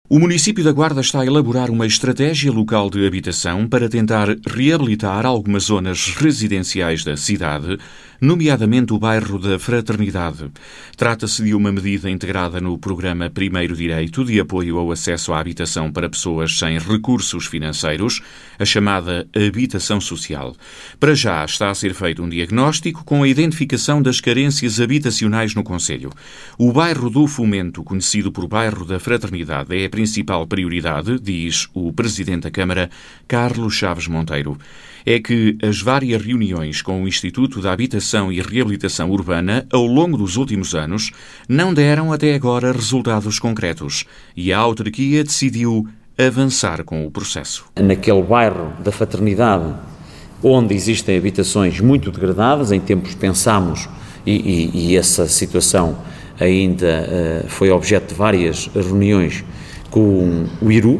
O município da Guarda está a elaborar uma estratégia local de habitação para tentar reabilitar algumas zonas residenciais da cidade, nomeadamente o bairro da Fraternidade. Trata-se de uma medida integrada no programa Primeiro Direito de apoio ao acesso à habitação para pessoas sem recursos financeiros, a chamada habitação social. Para já está a ser feito um diagnóstico com a identificação das carências habitacionais no concelho. O bairro do Fomento, conhecido por bairro da Fraternidade, é a principal prioridade, diz o Presidente da Câmara, Carlos Chaves Monteiro. É que as várias reuniões com o Instituto da Habitação e Reabilitação Urbana ao longo dos últimos anos não deram até agora resultados concretos e a autarquia decidiu avançar com o processo. Naquele bairro da Fraternidade, onde existem habitações muito degradadas, em tempos pensámos, e essa situação ainda foi objeto de várias reuniões com o IRU.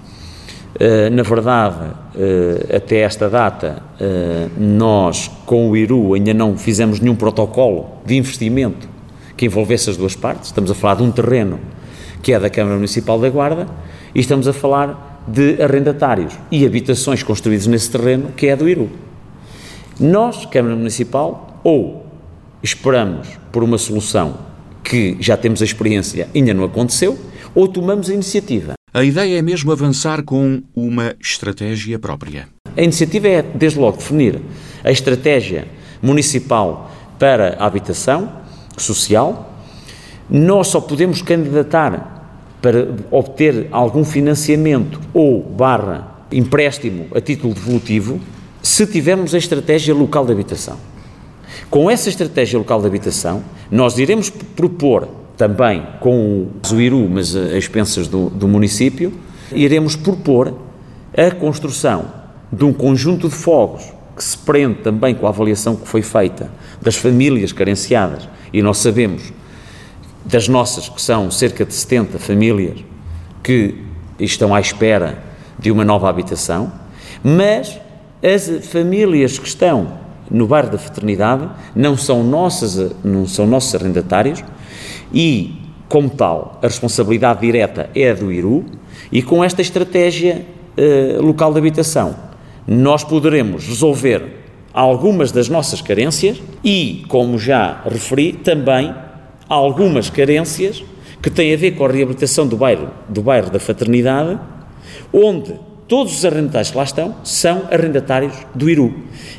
Na verdade, até esta data, nós com o IRU ainda não fizemos nenhum protocolo de investimento que envolvesse as duas partes. Estamos a falar de um terreno que é da Câmara Municipal da Guarda e estamos a falar de arrendatários e habitações construídas nesse terreno que é do IRU. Nós, Câmara Municipal, ou esperamos por uma solução que já temos a experiência e ainda não aconteceu, ou tomamos a iniciativa. A ideia é mesmo avançar com uma estratégia própria. A iniciativa é, desde logo, definir a estratégia municipal para a habitação social. Nós só podemos candidatar para obter algum financiamento ou empréstimo a título devolutivo se tivermos a estratégia local de habitação. Com essa estratégia local de habitação, nós iremos propor também com o IRU, mas a expensas do município, iremos propor a construção de um conjunto de fogos que se prende também com a avaliação que foi feita das famílias carenciadas, e nós sabemos das nossas, que são cerca de 70 famílias que estão à espera de uma nova habitação, mas as famílias que estão no bairro da Fraternidade não são nossos arrendatários e, como tal, a responsabilidade direta é a do IRU, e com esta estratégia local de habitação nós poderemos resolver algumas das nossas carências e, como já referi, também algumas carências que têm a ver com a reabilitação do bairro da Fraternidade, onde todos os arrendatários que lá estão são arrendatários do IRU.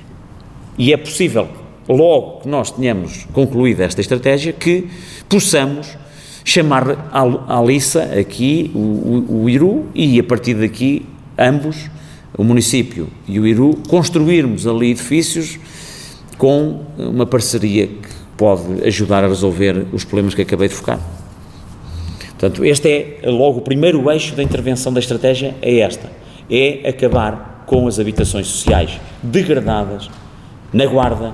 E é possível, logo que nós tenhamos concluído esta estratégia, que possamos chamar à liça aqui o IRU e, a partir daqui, ambos, o município e o IRU, construirmos ali edifícios com uma parceria que pode ajudar a resolver os problemas que acabei de focar. Portanto, este é logo o primeiro eixo da intervenção da estratégia, é acabar com as habitações sociais degradadas na Guarda,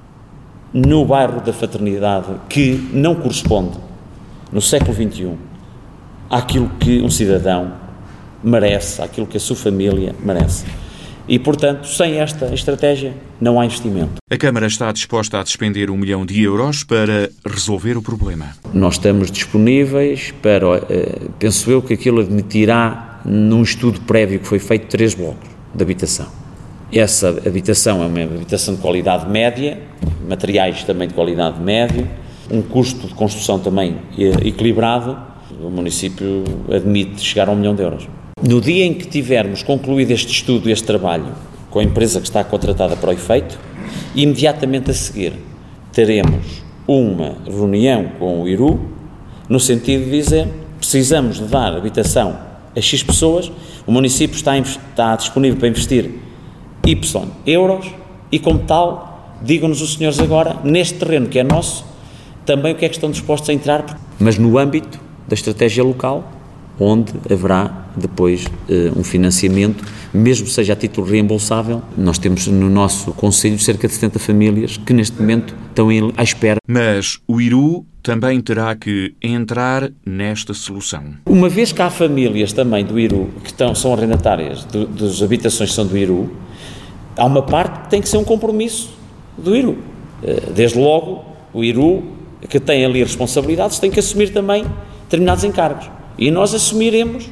no bairro da Fraternidade, que não corresponde, no século XXI, àquilo que um cidadão merece, àquilo que a sua família merece. E, portanto, sem esta estratégia, não há investimento. A Câmara está disposta a despender 1 milhão de euros para resolver o problema. Nós estamos disponíveis para, penso eu, que aquilo admitirá, num estudo prévio que foi feito, 3 blocos de habitação. Essa habitação é uma habitação de qualidade média, materiais também de qualidade média, um custo de construção também equilibrado. O município admite chegar a 1 milhão de euros. No dia em que tivermos concluído este estudo, este trabalho, com a empresa que está contratada para o efeito, imediatamente a seguir teremos uma reunião com o IRU, no sentido de dizer, precisamos de dar habitação a X pessoas, o município está disponível para investir Y euros e, como tal, digam-nos os senhores agora, neste terreno que é nosso, também o que é que estão dispostos a entrar. Mas no âmbito da estratégia local, onde haverá depois um financiamento, mesmo que seja a título reembolsável. Nós temos no nosso concelho cerca de 70 famílias que neste momento estão à espera. Mas o IRU também terá que entrar nesta solução. Uma vez que há famílias também do IRU que são arrendatárias das habitações que são do IRU, há uma parte que tem que ser um compromisso do IRU. Desde logo, o IRU, que tem ali responsabilidades, tem que assumir também determinados encargos. E nós assumiremos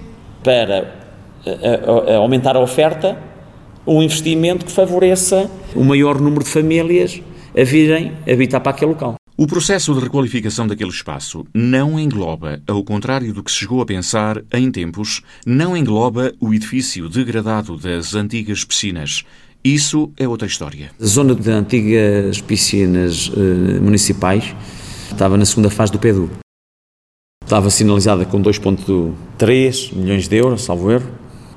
para aumentar a oferta, um investimento que favoreça o maior número de famílias a virem habitar para aquele local. O processo de requalificação daquele espaço não engloba, ao contrário do que se chegou a pensar em tempos, não engloba o edifício degradado das antigas piscinas. Isso é outra história. A zona de antigas piscinas municipais estava na segunda fase do PEDU. Estava sinalizada com 2,3 milhões de euros, salvo erro.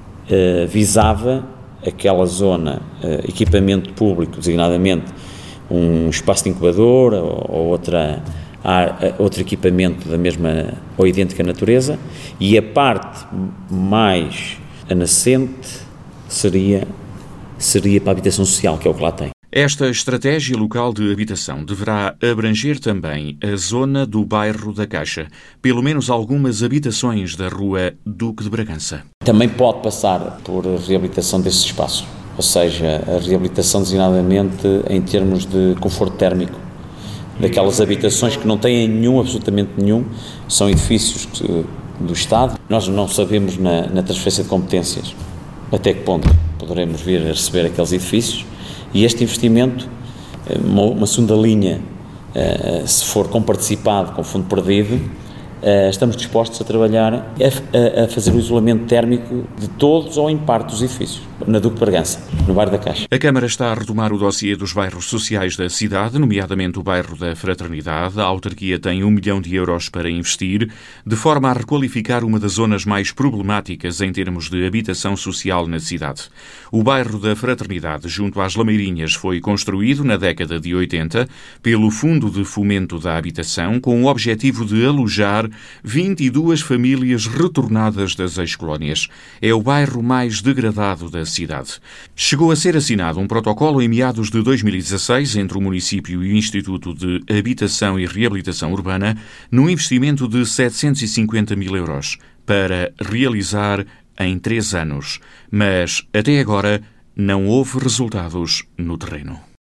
Visava aquela zona, equipamento público, designadamente um espaço de incubadora ou outro equipamento da mesma ou idêntica natureza, e a parte mais nascente seria para a habitação social, que é o que lá tem. Esta estratégia local de habitação deverá abranger também a zona do bairro da Caixa, pelo menos algumas habitações da rua Duque de Bragança. Também pode passar por reabilitação desses espaços, ou seja, a reabilitação designadamente em termos de conforto térmico, daquelas habitações que não têm absolutamente nenhum, são edifícios do Estado. Nós não sabemos na transferência de competências até que ponto poderemos vir a receber aqueles edifícios, e este investimento, uma segunda linha, se for comparticipado com fundo perdido, estamos dispostos a trabalhar a fazer o isolamento térmico de todos ou em parte dos edifícios, na Duque de Bragança, no bairro da Caixa. A Câmara está a retomar o dossiê dos bairros sociais da cidade, nomeadamente o bairro da Fraternidade. A autarquia tem 1 milhão de euros para investir, de forma a requalificar uma das zonas mais problemáticas em termos de habitação social na cidade. O bairro da Fraternidade, junto às Lameirinhas, foi construído na década de 80 pelo Fundo de Fomento da Habitação, com o objetivo de alojar 22 famílias retornadas das ex-colónias. É o bairro mais degradado da cidade. Chegou a ser assinado um protocolo em meados de 2016 entre o município e o Instituto de Habitação e Reabilitação Urbana, num investimento de 750 mil euros, para realizar em 3 anos. Mas, até agora, não houve resultados no terreno.